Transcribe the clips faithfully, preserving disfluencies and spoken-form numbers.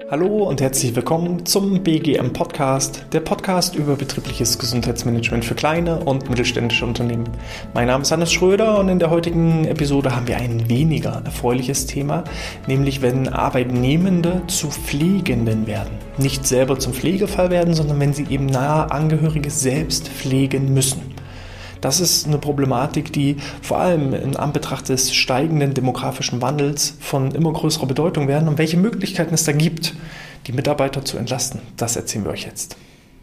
Hallo und herzlich willkommen zum B G M Podcast, der Podcast über betriebliches Gesundheitsmanagement für kleine und mittelständische Unternehmen. Mein Name ist Hannes Schröder und in der heutigen Episode haben wir ein weniger erfreuliches Thema, nämlich wenn Arbeitnehmende zu Pflegenden werden. Nicht selber zum Pflegefall werden, sondern wenn sie eben nahe Angehörige selbst pflegen müssen. Das ist eine Problematik, die vor allem in Anbetracht des steigenden demografischen Wandels von immer größerer Bedeutung werden. Und welche Möglichkeiten es da gibt, die Mitarbeiter zu entlasten, das erzählen wir euch jetzt.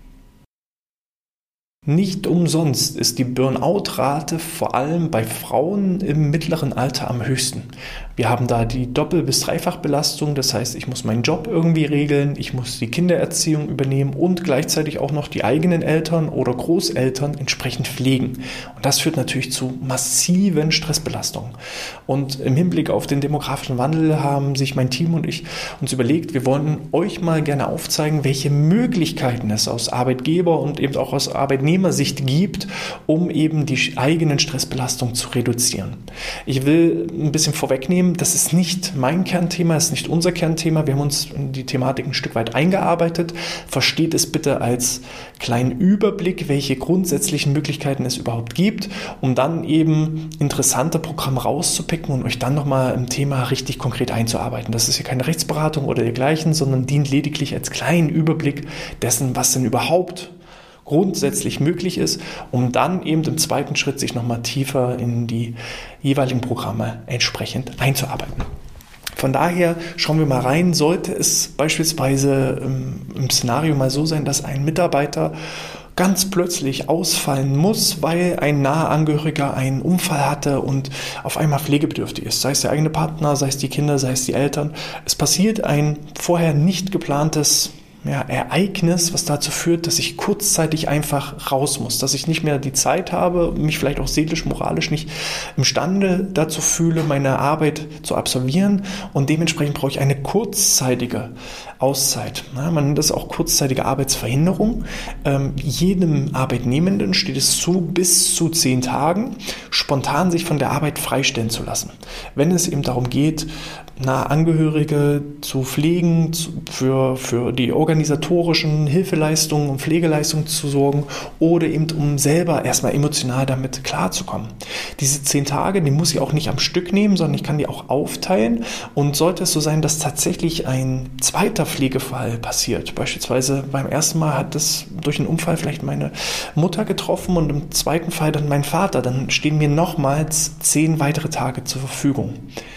Nicht umsonst ist die Burnout-Rate vor allem bei Frauen im mittleren Alter am höchsten. Wir haben da die Doppel- bis Dreifachbelastung, das heißt, ich muss meinen Job irgendwie regeln, ich muss die Kindererziehung übernehmen und gleichzeitig auch noch die eigenen Eltern oder Großeltern entsprechend pflegen. Und das führt natürlich zu massiven Stressbelastungen. Und im Hinblick auf den demografischen Wandel haben sich mein Team und ich uns überlegt, wir wollen euch mal gerne aufzeigen, welche Möglichkeiten es aus Arbeitgeber- und eben auch aus Arbeitnehmersicht gibt, um eben die eigenen Stressbelastungen zu reduzieren. Ich will ein bisschen vorwegnehmen, das ist nicht mein Kernthema, das ist nicht unser Kernthema. Wir haben uns in die Thematik ein Stück weit eingearbeitet. Versteht es bitte als kleinen Überblick, welche grundsätzlichen Möglichkeiten es überhaupt gibt, um dann eben interessante Programme rauszupicken und euch dann nochmal im Thema richtig konkret einzuarbeiten. Das ist hier keine Rechtsberatung oder dergleichen, sondern dient lediglich als kleinen Überblick dessen, was denn überhaupt grundsätzlich möglich ist, um dann eben im zweiten Schritt sich nochmal tiefer in die jeweiligen Programme entsprechend einzuarbeiten. Von daher schauen wir mal rein, sollte es beispielsweise im, im Szenario mal so sein, dass ein Mitarbeiter ganz plötzlich ausfallen muss, weil ein naher Angehöriger einen Unfall hatte und auf einmal pflegebedürftig ist. Sei es der eigene Partner, sei es die Kinder, sei es die Eltern. Es passiert ein vorher nicht geplantes Ja, Ereignis, was dazu führt, dass ich kurzzeitig einfach raus muss, dass ich nicht mehr die Zeit habe, mich vielleicht auch seelisch, moralisch nicht imstande dazu fühle, meine Arbeit zu absolvieren und dementsprechend brauche ich eine kurzzeitige Auszeit. Ja, man nennt das auch kurzzeitige Arbeitsverhinderung. Ähm, jedem Arbeitnehmenden steht es zu, bis zu zehn Tagen spontan sich von der Arbeit freistellen zu lassen. Wenn es eben darum geht, nahe Angehörige zu pflegen, zu, für, für die organisatorischen Hilfeleistungen und Pflegeleistungen zu sorgen oder eben um selber erstmal emotional damit klarzukommen. Diese zehn Tage, die muss ich auch nicht am Stück nehmen, sondern ich kann die auch aufteilen, und sollte es so sein, dass tatsächlich ein zweiter Pflegefall passiert, beispielsweise beim ersten Mal hat es durch einen Unfall vielleicht meine Mutter getroffen und im zweiten Fall dann mein Vater, dann stehen mir nochmals zehn weitere Tage zur Verfügung.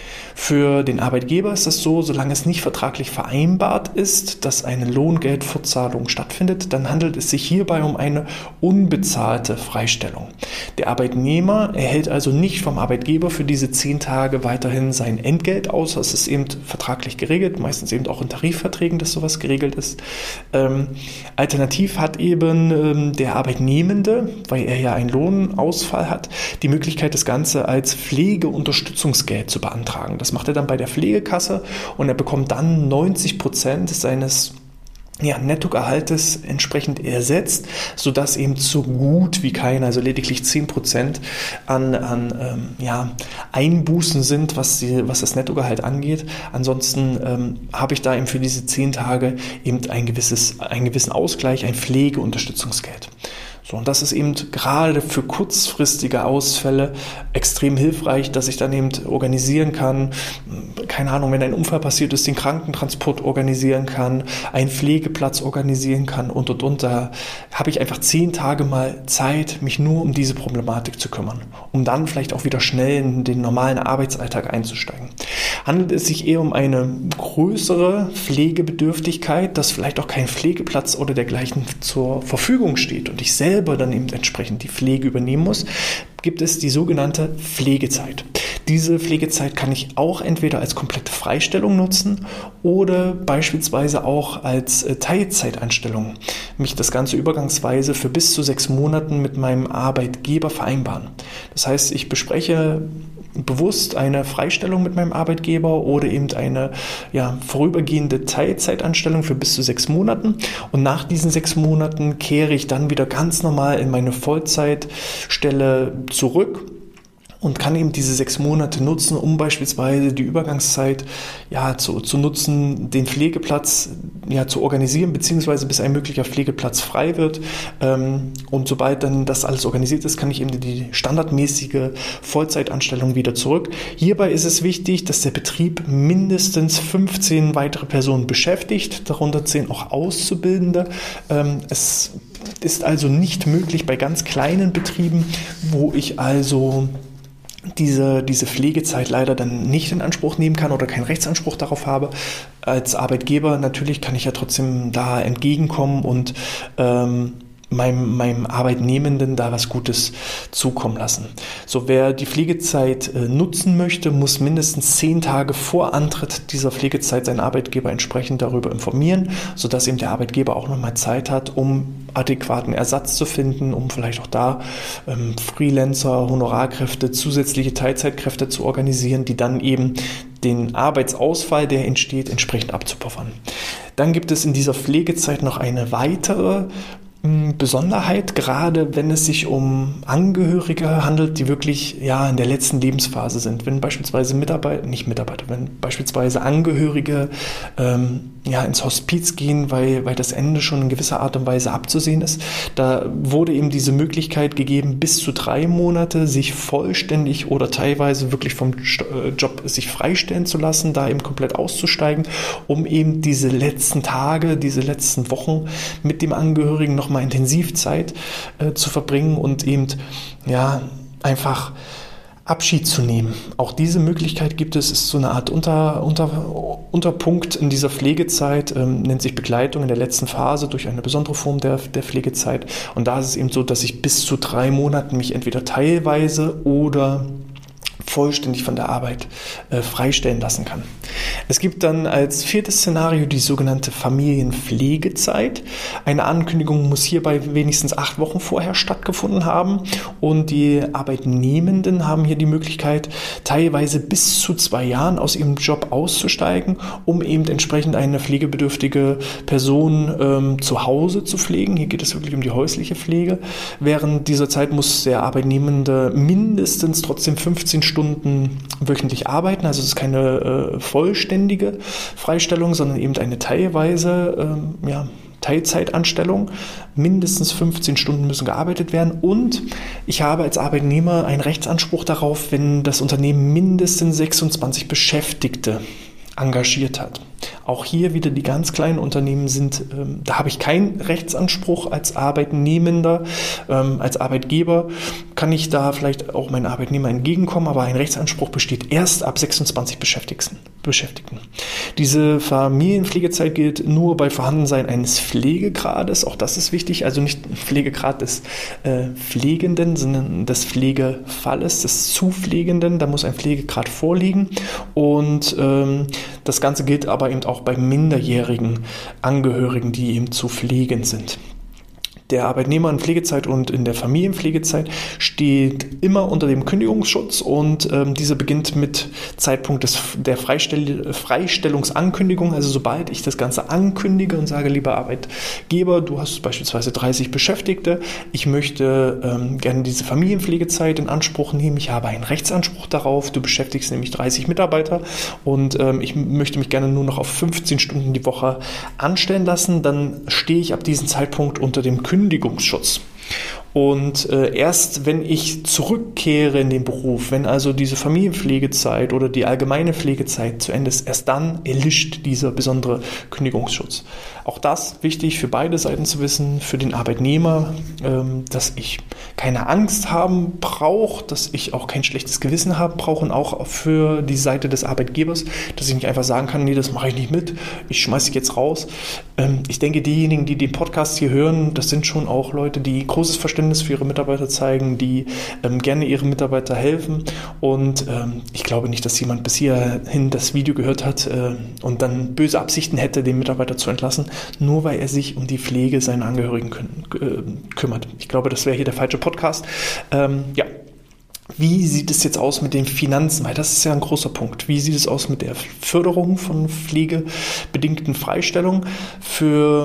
Für den Arbeitgeber ist das so, solange es nicht vertraglich vereinbart ist, dass eine Lohngeldfortzahlung stattfindet, dann handelt es sich hierbei um eine unbezahlte Freistellung. Der Arbeitnehmer erhält also nicht vom Arbeitgeber für diese zehn Tage weiterhin sein Entgelt aus. Es ist eben vertraglich geregelt, meistens eben auch in Tarifverträgen, dass sowas geregelt ist. Ähm, alternativ hat eben ähm, der Arbeitnehmende, weil er ja einen Lohnausfall hat, die Möglichkeit, das Ganze als Pflegeunterstützungsgeld zu beantragen. Das macht er dann bei der Pflegekasse und er bekommt dann neunzig Prozent seines ja, Nettogehaltes entsprechend ersetzt, sodass eben so gut wie keiner, also lediglich zehn Prozent an, an ähm, ja, Einbußen sind, was, die, was das Nettogehalt angeht. Ansonsten ähm, habe ich da eben für diese zehn Tage eben ein gewisses, einen gewissen Ausgleich, ein Pflegeunterstützungsgeld. So, und das ist eben gerade für kurzfristige Ausfälle extrem hilfreich, dass ich dann eben organisieren kann, keine Ahnung, wenn ein Unfall passiert ist, den Krankentransport organisieren kann, einen Pflegeplatz organisieren kann und, und, und. Da habe ich einfach zehn Tage mal Zeit, mich nur um diese Problematik zu kümmern, um dann vielleicht auch wieder schnell in den normalen Arbeitsalltag einzusteigen. Handelt es sich eher um eine größere Pflegebedürftigkeit, dass vielleicht auch kein Pflegeplatz oder dergleichen zur Verfügung steht und ich selber dann eben entsprechend die Pflege übernehmen muss, gibt es die sogenannte Pflegezeit. Diese Pflegezeit kann ich auch entweder als komplette Freistellung nutzen oder beispielsweise auch als Teilzeitanstellung. Mich das Ganze übergangsweise für bis zu sechs Monaten mit meinem Arbeitgeber vereinbaren. Das heißt, ich bespreche bewusst eine Freistellung mit meinem Arbeitgeber oder eben eine ja, vorübergehende Teilzeitanstellung für bis zu sechs Monaten. Und nach diesen sechs Monaten kehre ich dann wieder ganz normal in meine Vollzeitstelle zurück und kann eben diese sechs Monate nutzen, um beispielsweise die Übergangszeit ja, zu, zu nutzen, den Pflegeplatz ja, zu organisieren, beziehungsweise bis ein möglicher Pflegeplatz frei wird. Ähm, und sobald dann das alles organisiert ist, kann ich eben die standardmäßige Vollzeitanstellung wieder zurück. Hierbei ist es wichtig, dass der Betrieb mindestens fünfzehn weitere Personen beschäftigt, darunter zehn auch Auszubildende. Ähm, es ist also nicht möglich bei ganz kleinen Betrieben, wo ich also diese, diese Pflegezeit leider dann nicht in Anspruch nehmen kann oder keinen Rechtsanspruch darauf habe. Als Arbeitgeber natürlich kann ich ja trotzdem da entgegenkommen und ähm, meinem, meinem Arbeitnehmenden da was Gutes zukommen lassen. So, wer die Pflegezeit äh, nutzen möchte, muss mindestens zehn Tage vor Antritt dieser Pflegezeit seinen Arbeitgeber entsprechend darüber informieren, sodass eben der Arbeitgeber auch nochmal Zeit hat, um adäquaten Ersatz zu finden, um vielleicht auch da ähm, Freelancer, Honorarkräfte, zusätzliche Teilzeitkräfte zu organisieren, die dann eben den Arbeitsausfall, der entsteht, entsprechend abzupuffern. Dann gibt es in dieser Pflegezeit noch eine weitere Besonderheit, gerade wenn es sich um Angehörige handelt, die wirklich ja in der letzten Lebensphase sind. Wenn beispielsweise Mitarbeiter, nicht Mitarbeiter, wenn beispielsweise Angehörige ähm, ja ins Hospiz gehen, weil, weil das Ende schon in gewisser Art und Weise abzusehen ist, da wurde eben diese Möglichkeit gegeben, bis zu drei Monate sich vollständig oder teilweise wirklich vom Job sich freistellen zu lassen, da eben komplett auszusteigen, um eben diese letzten Tage, diese letzten Wochen mit dem Angehörigen nochmal Intensivzeit äh, zu verbringen und eben ja einfach Abschied zu nehmen. Auch diese Möglichkeit gibt es, ist so eine Art Unter, Unter, Unterpunkt in dieser Pflegezeit, ähm, nennt sich Begleitung in der letzten Phase durch eine besondere Form der, der Pflegezeit. Und da ist es eben so, dass ich bis zu drei Monaten mich entweder teilweise oder vollständig von der Arbeit äh, freistellen lassen kann. Es gibt dann als viertes Szenario die sogenannte Familienpflegezeit. Eine Ankündigung muss hierbei wenigstens acht Wochen vorher stattgefunden haben und die Arbeitnehmenden haben hier die Möglichkeit, teilweise bis zu zwei Jahren aus ihrem Job auszusteigen, um eben entsprechend eine pflegebedürftige Person ähm, zu Hause zu pflegen. Hier geht es wirklich um die häusliche Pflege. Während dieser Zeit muss der Arbeitnehmende mindestens trotzdem fünfzehn Stunden wöchentlich arbeiten. Also es ist keine äh, vollständige Freistellung, sondern eben eine teilweise ähm, ja, Teilzeitanstellung. Mindestens fünfzehn Stunden müssen gearbeitet werden und ich habe als Arbeitnehmer einen Rechtsanspruch darauf, wenn das Unternehmen mindestens sechsundzwanzig Beschäftigte engagiert hat. Auch hier wieder die ganz kleinen Unternehmen sind, ähm, da habe ich keinen Rechtsanspruch als Arbeitnehmender, ähm, als Arbeitgeber kann ich da vielleicht auch meinen Arbeitnehmer entgegenkommen, aber ein Rechtsanspruch besteht erst ab sechsundzwanzig Beschäftigten. Beschäftigten. Diese Familienpflegezeit gilt nur bei Vorhandensein eines Pflegegrades, auch das ist wichtig, also nicht Pflegegrad des äh, Pflegenden, sondern des Pflegefalles, des Zupflegenden, da muss ein Pflegegrad vorliegen und ähm, das Ganze gilt aber eben auch bei minderjährigen Angehörigen, die eben zu pflegen sind. Der Arbeitnehmer in Pflegezeit und in der Familienpflegezeit steht immer unter dem Kündigungsschutz und ähm, dieser beginnt mit Zeitpunkt des, der Freistell, Freistellungsankündigung. Also sobald ich das Ganze ankündige und sage, lieber Arbeitgeber, du hast beispielsweise dreißig Beschäftigte, ich möchte ähm, gerne diese Familienpflegezeit in Anspruch nehmen, ich habe einen Rechtsanspruch darauf, du beschäftigst nämlich dreißig Mitarbeiter und ähm, ich möchte mich gerne nur noch auf fünfzehn Stunden die Woche anstellen lassen, dann stehe ich ab diesem Zeitpunkt unter dem Kündigungsschutz. Kündigungsschutz. Und äh, erst wenn ich zurückkehre in den Beruf, wenn also diese Familienpflegezeit oder die allgemeine Pflegezeit zu Ende ist, erst dann erlischt dieser besondere Kündigungsschutz. Auch das wichtig für beide Seiten zu wissen, für den Arbeitnehmer, ähm, dass ich keine Angst haben brauche, dass ich auch kein schlechtes Gewissen haben brauche und auch für die Seite des Arbeitgebers, dass ich nicht einfach sagen kann, nee, das mache ich nicht mit, ich schmeiße dich jetzt raus. Ähm, ich denke, diejenigen, die den Podcast hier hören, das sind schon auch Leute, die großes Verständnis für ihre Mitarbeiter zeigen, die ähm, gerne ihren Mitarbeiter helfen und ähm, ich glaube nicht, dass jemand bis hierhin das Video gehört hat äh, und dann böse Absichten hätte, den Mitarbeiter zu entlassen, nur weil er sich um die Pflege seiner Angehörigen kü- äh, kümmert. Ich glaube, das wäre hier der falsche Podcast. Ähm, ja. Wie sieht es jetzt aus mit den Finanzen? Weil das ist ja ein großer Punkt. Wie sieht es aus mit der Förderung von pflegebedingten Freistellungen? Für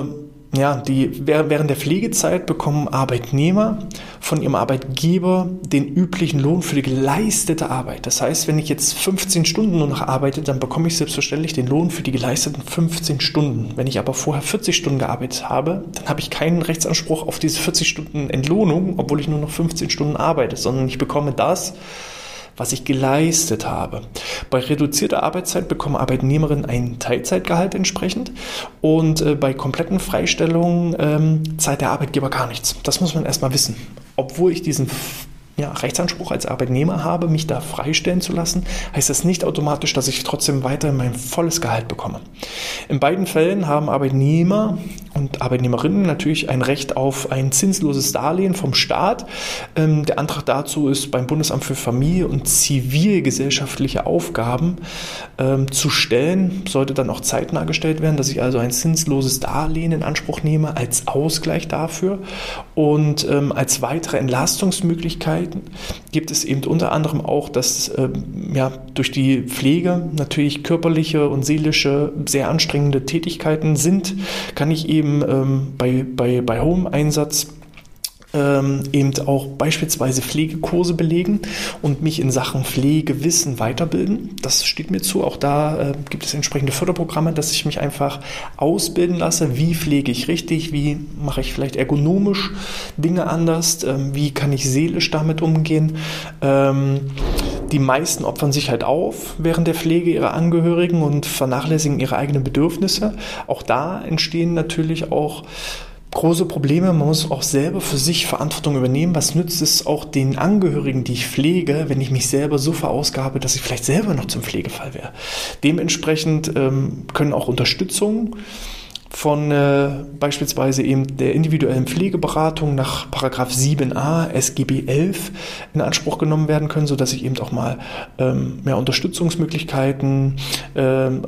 Ja, die, während der Pflegezeit bekommen Arbeitnehmer von ihrem Arbeitgeber den üblichen Lohn für die geleistete Arbeit. Das heißt, wenn ich jetzt fünfzehn Stunden nur noch arbeite, dann bekomme ich selbstverständlich den Lohn für die geleisteten fünfzehn Stunden. Wenn ich aber vorher vierzig Stunden gearbeitet habe, dann habe ich keinen Rechtsanspruch auf diese vierzig Stunden Entlohnung, obwohl ich nur noch fünfzehn Stunden arbeite, sondern ich bekomme das, was ich geleistet habe. Bei reduzierter Arbeitszeit bekommen Arbeitnehmerinnen ein Teilzeitgehalt entsprechend und äh, bei kompletten Freistellungen ähm, zahlt der Arbeitgeber gar nichts. Das muss man erstmal wissen. Obwohl ich diesen ja, Rechtsanspruch als Arbeitnehmer habe, mich da freistellen zu lassen, heißt das nicht automatisch, dass ich trotzdem weiter mein volles Gehalt bekomme. In beiden Fällen haben Arbeitnehmer und Arbeitnehmerinnen natürlich ein Recht auf ein zinsloses Darlehen vom Staat. Ähm, der Antrag dazu ist beim Bundesamt für Familie und zivilgesellschaftliche Aufgaben ähm, zu stellen, sollte dann auch zeitnah gestellt werden, dass ich also ein zinsloses Darlehen in Anspruch nehme als Ausgleich dafür. Und ähm, als weitere Entlastungsmöglichkeit gibt es eben unter anderem auch, dass ähm, ja, durch die Pflege natürlich körperliche und seelische sehr anstrengende Tätigkeiten sind, kann ich eben ähm, bei, bei, bei hohem Einsatz Ähm, eben auch beispielsweise Pflegekurse belegen und mich in Sachen Pflegewissen weiterbilden. Das steht mir zu. Auch da äh, gibt es entsprechende Förderprogramme, dass ich mich einfach ausbilden lasse. Wie pflege ich richtig? Wie mache ich vielleicht ergonomisch Dinge anders? Ähm, wie kann ich seelisch damit umgehen? Ähm, die meisten opfern sich halt auf während der Pflege ihrer Angehörigen und vernachlässigen ihre eigenen Bedürfnisse. Auch da entstehen natürlich auch große Probleme. Man muss auch selber für sich Verantwortung übernehmen. Was nützt es auch den Angehörigen, die ich pflege, wenn ich mich selber so verausgabe, dass ich vielleicht selber noch zum Pflegefall wäre? Dementsprechend ähm, können auch Unterstützung von äh, beispielsweise eben der individuellen Pflegeberatung nach Paragraph sieben a S G B elf in Anspruch genommen werden können, sodass ich eben auch mal ähm, mehr Unterstützungsmöglichkeiten ähm,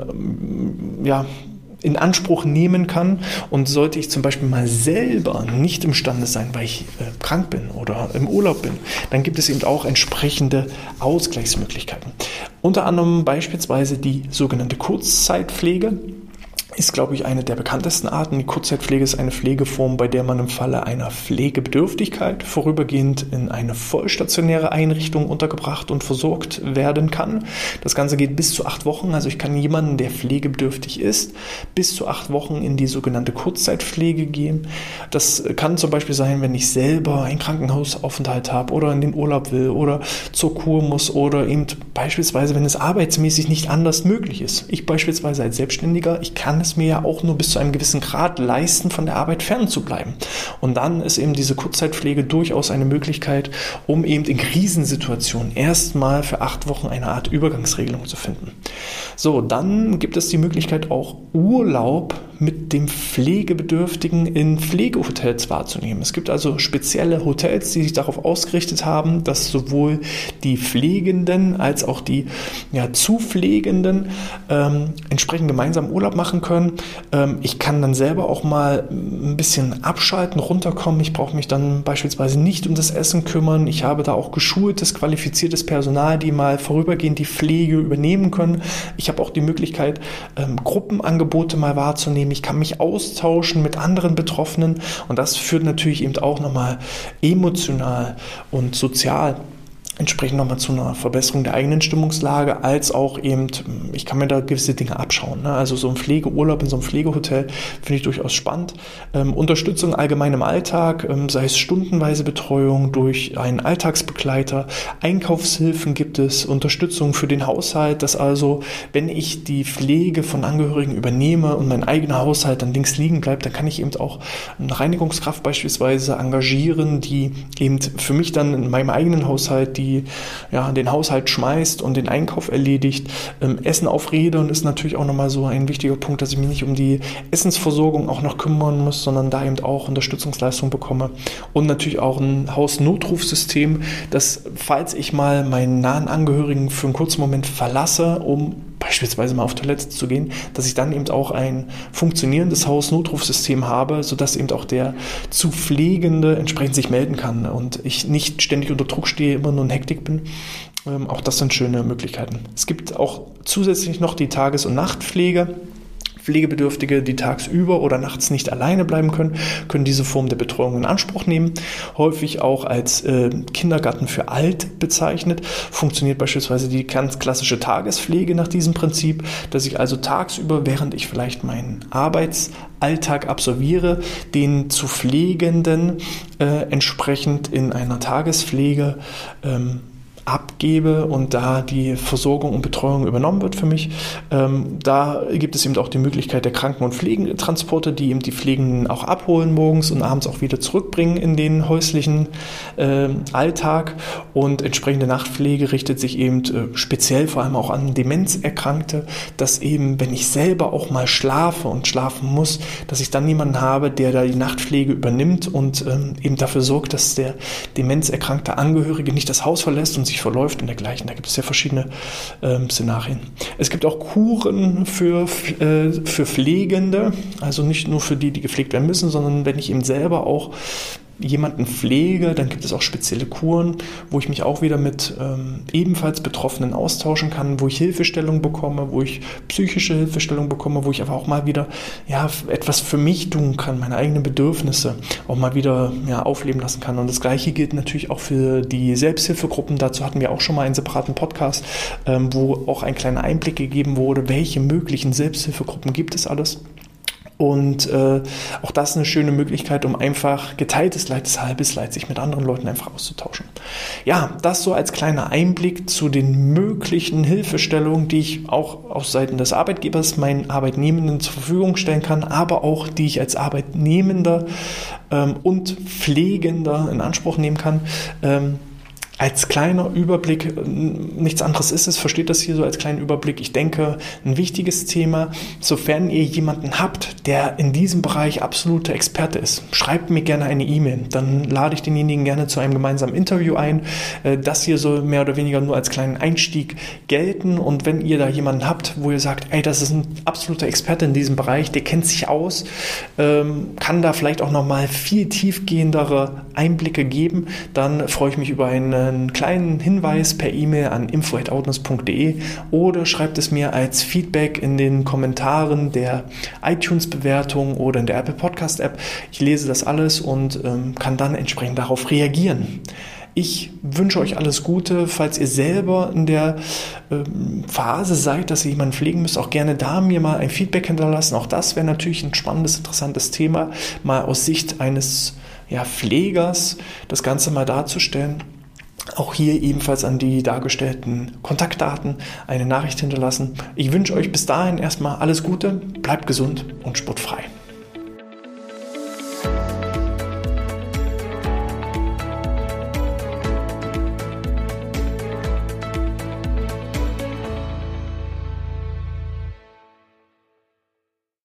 ja, in Anspruch nehmen kann. Und sollte ich zum Beispiel mal selber nicht imstande sein, weil ich äh, krank bin oder im Urlaub bin, dann gibt es eben auch entsprechende Ausgleichsmöglichkeiten. Unter anderem beispielsweise die sogenannte Kurzzeitpflege. Ist, glaube ich, eine der bekanntesten Arten. Die Kurzzeitpflege ist eine Pflegeform, bei der man im Falle einer Pflegebedürftigkeit vorübergehend in eine vollstationäre Einrichtung untergebracht und versorgt werden kann. Das Ganze geht bis zu acht Wochen. Also ich kann jemanden, der pflegebedürftig ist, bis zu acht Wochen in die sogenannte Kurzzeitpflege gehen. Das kann zum Beispiel sein, wenn ich selber einen Krankenhausaufenthalt habe oder in den Urlaub will oder zur Kur muss oder eben beispielsweise, wenn es arbeitsmäßig nicht anders möglich ist. Ich beispielsweise als Selbstständiger, ich kann es mir ja auch nur bis zu einem gewissen Grad leisten, von der Arbeit fern zu bleiben. Und dann ist eben diese Kurzzeitpflege durchaus eine Möglichkeit, um eben in Krisensituationen erstmal für acht Wochen eine Art Übergangsregelung zu finden. So, dann gibt es die Möglichkeit, auch Urlaub mit dem Pflegebedürftigen in Pflegehotels wahrzunehmen. Es gibt also spezielle Hotels, die sich darauf ausgerichtet haben, dass sowohl die Pflegenden als auch die ja, Zupflegenden ähm, entsprechend gemeinsam Urlaub machen können. Ähm, ich kann dann selber auch mal ein bisschen abschalten, runterkommen. Ich brauche mich dann beispielsweise nicht um das Essen kümmern. Ich habe da auch geschultes, qualifiziertes Personal, die mal vorübergehend die Pflege übernehmen können. Ich habe auch die Möglichkeit, ähm, Gruppenangebote mal wahrzunehmen. Ich kann mich austauschen mit anderen Betroffenen und das führt natürlich eben auch nochmal emotional und sozial entsprechend nochmal zu einer Verbesserung der eigenen Stimmungslage, als auch eben, ich kann mir da gewisse Dinge abschauen. Ne? Also so ein Pflegeurlaub in so einem Pflegehotel finde ich durchaus spannend. Ähm, Unterstützung allgemein im Alltag, ähm, sei es stundenweise Betreuung durch einen Alltagsbegleiter, Einkaufshilfen gibt es, Unterstützung für den Haushalt, dass also, wenn ich die Pflege von Angehörigen übernehme und mein eigener Haushalt dann links liegen bleibt, dann kann ich eben auch eine Reinigungskraft beispielsweise engagieren, die eben für mich dann in meinem eigenen Haushalt die die ja, den Haushalt schmeißt und den Einkauf erledigt. Ähm, Essen aufrädern ist natürlich auch nochmal so ein wichtiger Punkt, dass ich mich nicht um die Essensversorgung auch noch kümmern muss, sondern da eben auch Unterstützungsleistung bekomme. Und natürlich auch ein Hausnotrufsystem, dass, falls ich mal meinen nahen Angehörigen für einen kurzen Moment verlasse, um beispielsweise mal auf Toilette zu gehen, dass ich dann eben auch ein funktionierendes Hausnotrufsystem habe, sodass eben auch der zu Pflegende entsprechend sich melden kann und ich nicht ständig unter Druck stehe, immer nur in Hektik bin. Ähm, auch das sind schöne Möglichkeiten. Es gibt auch zusätzlich noch die Tages- und Nachtpflege Pflegebedürftige, die tagsüber oder nachts nicht alleine bleiben können, können diese Form der Betreuung in Anspruch nehmen. Häufig auch als äh, Kindergarten für alt bezeichnet. Funktioniert beispielsweise die ganz klassische Tagespflege nach diesem Prinzip, dass ich also tagsüber, während ich vielleicht meinen Arbeitsalltag absolviere, den zu Pflegenden äh, entsprechend in einer Tagespflege ähm, abgebe und da die Versorgung und Betreuung übernommen wird für mich. Ähm, da gibt es eben auch die Möglichkeit der Kranken- und Pflegentransporte, die eben die Pflegenden auch abholen morgens und abends auch wieder zurückbringen in den häuslichen äh, Alltag. Und entsprechende Nachtpflege richtet sich eben äh, speziell vor allem auch an Demenzerkrankte, dass eben, wenn ich selber auch mal schlafe und schlafen muss, dass ich dann jemanden habe, der da die Nachtpflege übernimmt und ähm, eben dafür sorgt, dass der demenzerkrankte Angehörige nicht das Haus verlässt und sich verläuft und dergleichen. Da gibt es ja verschiedene ähm, Szenarien. Es gibt auch Kuren für, äh, für Pflegende, also nicht nur für die, die gepflegt werden müssen, sondern wenn ich eben selber auch jemanden pflege, dann gibt es auch spezielle Kuren, wo ich mich auch wieder mit ähm, ebenfalls Betroffenen austauschen kann, wo ich Hilfestellung bekomme, wo ich psychische Hilfestellung bekomme, wo ich aber auch mal wieder ja, etwas für mich tun kann, meine eigenen Bedürfnisse auch mal wieder ja, aufleben lassen kann. Und das Gleiche gilt natürlich auch für die Selbsthilfegruppen. Dazu hatten wir auch schon mal einen separaten Podcast, ähm, wo auch ein kleiner Einblick gegeben wurde, welche möglichen Selbsthilfegruppen gibt es alles. Und äh, auch das ist eine schöne Möglichkeit, um einfach geteiltes Leid ist halbes Leid, sich mit anderen Leuten einfach auszutauschen. Ja, das so als kleiner Einblick zu den möglichen Hilfestellungen, die ich auch aus Seiten des Arbeitgebers meinen Arbeitnehmenden zur Verfügung stellen kann, aber auch die ich als Arbeitnehmender ähm, und Pflegender in Anspruch nehmen kann. Ähm, Als kleiner Überblick, nichts anderes ist es, versteht das hier so als kleinen Überblick. Ich denke, ein wichtiges Thema, sofern ihr jemanden habt, der in diesem Bereich absoluter Experte ist, schreibt mir gerne eine E-Mail. Dann lade ich denjenigen gerne zu einem gemeinsamen Interview ein. Das hier soll mehr oder weniger nur als kleinen Einstieg gelten. Und wenn ihr da jemanden habt, wo ihr sagt, ey, das ist ein absoluter Experte in diesem Bereich, der kennt sich aus, kann da vielleicht auch nochmal viel tiefgehendere Einblicke geben, dann freue ich mich über eine einen kleinen Hinweis per E-Mail an info at outness punkt de oder schreibt es mir als Feedback in den Kommentaren der iTunes-Bewertung oder in der Apple Podcast App. Ich lese das alles und ähm, kann dann entsprechend darauf reagieren. Ich wünsche euch alles Gute, falls ihr selber in der ähm, Phase seid, dass ihr jemanden pflegen müsst, auch gerne da mir mal ein Feedback hinterlassen. Auch das wäre natürlich ein spannendes, interessantes Thema, mal aus Sicht eines ja, Pflegers das Ganze mal darzustellen. Auch hier ebenfalls an die dargestellten Kontaktdaten eine Nachricht hinterlassen. Ich wünsche euch bis dahin erstmal alles Gute, bleibt gesund und sportfrei.